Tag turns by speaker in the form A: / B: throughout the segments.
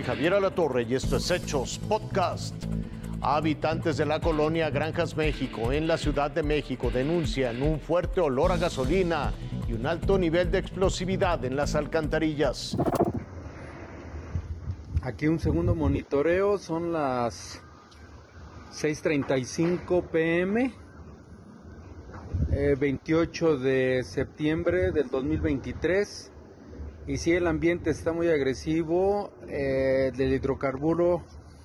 A: Javier Alatorre y esto es Hechos Podcast. Habitantes de la colonia Granjas México en la Ciudad de México denuncian un fuerte olor a gasolina y un alto nivel de explosividad en las alcantarillas.
B: Aquí un segundo monitoreo, son las 6:35 p.m. 28 de septiembre del 2023. Y sí, el ambiente está muy agresivo, del hidrocarburo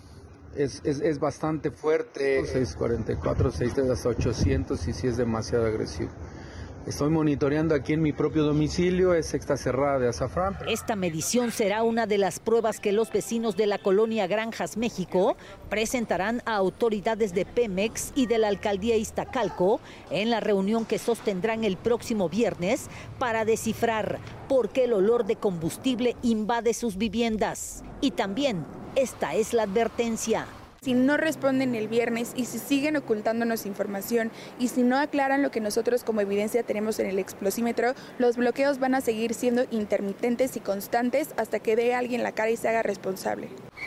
B: es bastante fuerte. 644, 6:800 y sí es demasiado agresivo. Estoy monitoreando aquí en mi propio domicilio, es sexta cerrada de azafrán.
C: Esta medición será una de las pruebas que los vecinos de la colonia Granjas México presentarán a autoridades de Pemex y de la alcaldía Iztacalco en la reunión que sostendrán el próximo viernes para descifrar por qué el olor de combustible invade sus viviendas. Y también, esta es la advertencia.
D: Si no responden el viernes y si siguen ocultándonos información y si no aclaran lo que nosotros como evidencia tenemos en el explosímetro, los bloqueos van a seguir siendo intermitentes y constantes hasta que dé alguien la cara y se haga responsable.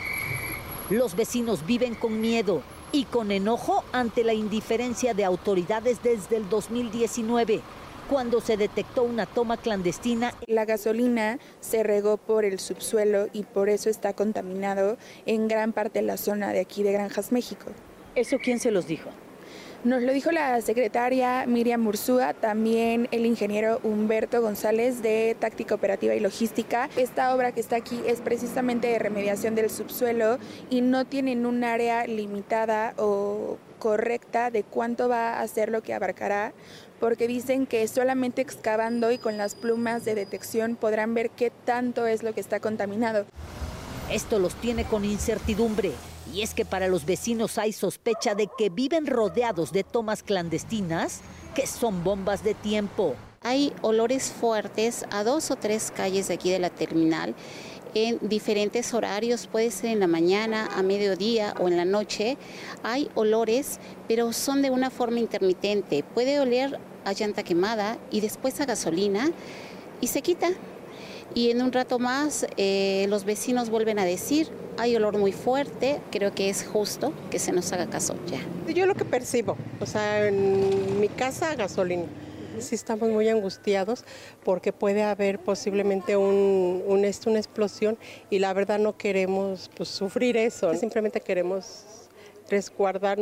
C: Los vecinos viven con miedo y con enojo ante la indiferencia de autoridades desde el 2019. Cuando se detectó una toma clandestina.
D: La gasolina se regó por el subsuelo y por eso está contaminado en gran parte de la zona de aquí de Granjas México.
C: ¿Eso quién se los dijo?
D: Nos lo dijo la secretaria Miriam Ursúa, también el ingeniero Humberto González de Táctica Operativa y Logística. Esta obra que está aquí es precisamente de remediación del subsuelo y no tienen un área limitada o correcta de cuánto va a ser lo que abarcará, porque dicen que solamente excavando y con las plumas de detección podrán ver qué tanto es lo que está contaminado.
C: Esto los tiene con incertidumbre, y es que para los vecinos hay sospecha de que viven rodeados de tomas clandestinas que son bombas de tiempo.
E: Hay olores fuertes a 2 o 3 calles de aquí de la terminal en diferentes horarios, puede ser en la mañana, a mediodía o en la noche. Hay olores, pero son de una forma intermitente. Puede oler a llanta quemada y después a gasolina y se quita. Y en un rato más los vecinos vuelven a decir, hay olor muy fuerte, creo que es justo que se nos haga caso ya.
F: Yo lo que percibo, en mi casa gasolina. Sí estamos muy angustiados porque puede haber posiblemente una explosión y la verdad no queremos sufrir eso, simplemente queremos resguardar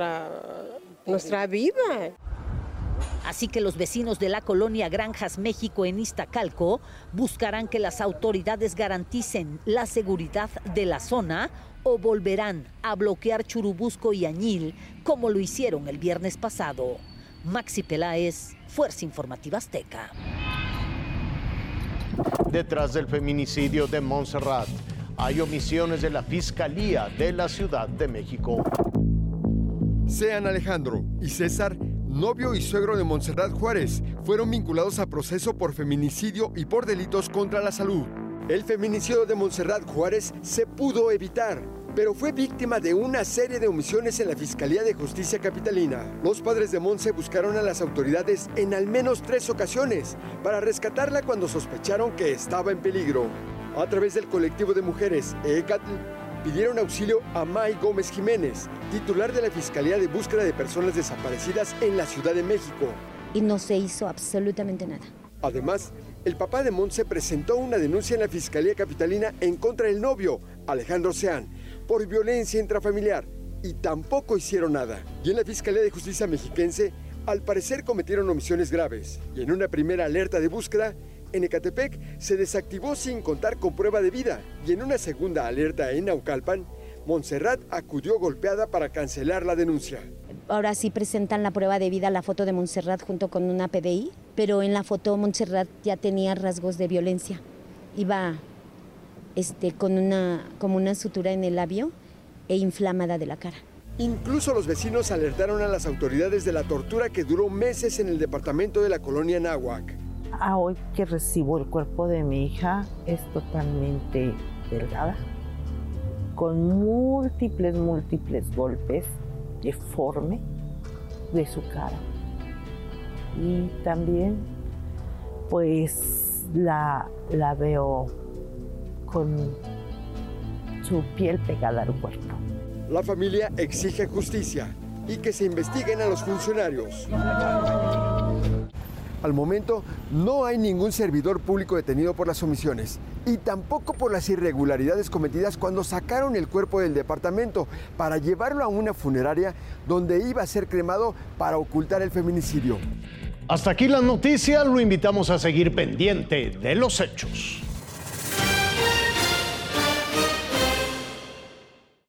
F: nuestra vida.
C: Así que los vecinos de la colonia Granjas México en Iztacalco buscarán que las autoridades garanticen la seguridad de la zona o volverán a bloquear Churubusco y Añil como lo hicieron el viernes pasado. Maxi Peláez, Fuerza Informativa Azteca.
A: Detrás del feminicidio de Montserrat, hay omisiones de la Fiscalía de la Ciudad de México.
G: Sean Alejandro y César, novio y suegro de Montserrat Juárez, fueron vinculados a proceso por feminicidio y por delitos contra la salud. El feminicidio de Montserrat Juárez se pudo evitar, pero fue víctima de una serie de omisiones en la Fiscalía de Justicia Capitalina. Los padres de Montse buscaron a las autoridades en al menos 3 ocasiones para rescatarla cuando sospecharon que estaba en peligro. A través del colectivo de mujeres ECATL, pidieron auxilio a May Gómez Jiménez, titular de la Fiscalía de Búsqueda de Personas Desaparecidas en la Ciudad de México.
H: Y no se hizo absolutamente nada.
G: Además, el papá de Montse presentó una denuncia en la Fiscalía Capitalina en contra del novio, Alejandro Sean, por violencia intrafamiliar, y tampoco hicieron nada. Y en la Fiscalía de Justicia mexiquense, al parecer cometieron omisiones graves, y en una primera alerta de búsqueda, en Ecatepec se desactivó sin contar con prueba de vida, y en una segunda alerta en Naucalpan, Montserrat acudió golpeada para cancelar la denuncia.
H: Ahora sí presentan la prueba de vida, la foto de Montserrat junto con una PDI, pero en la foto Montserrat ya tenía rasgos de violencia. Iba como una sutura en el labio e inflamada de la cara.
G: Incluso los vecinos alertaron a las autoridades de la tortura que duró meses en el departamento de la colonia Náhuac.
I: Hoy que recibo el cuerpo de mi hija es totalmente delgada, con múltiples golpes, deforme de su cara. Y también pues la veo con su piel pegada al cuerpo.
G: La familia exige justicia y que se investiguen a los funcionarios. Al momento, no hay ningún servidor público detenido por las omisiones y tampoco por las irregularidades cometidas cuando sacaron el cuerpo del departamento para llevarlo a una funeraria donde iba a ser cremado para ocultar el feminicidio.
A: Hasta aquí las noticias, lo invitamos a seguir pendiente de los hechos.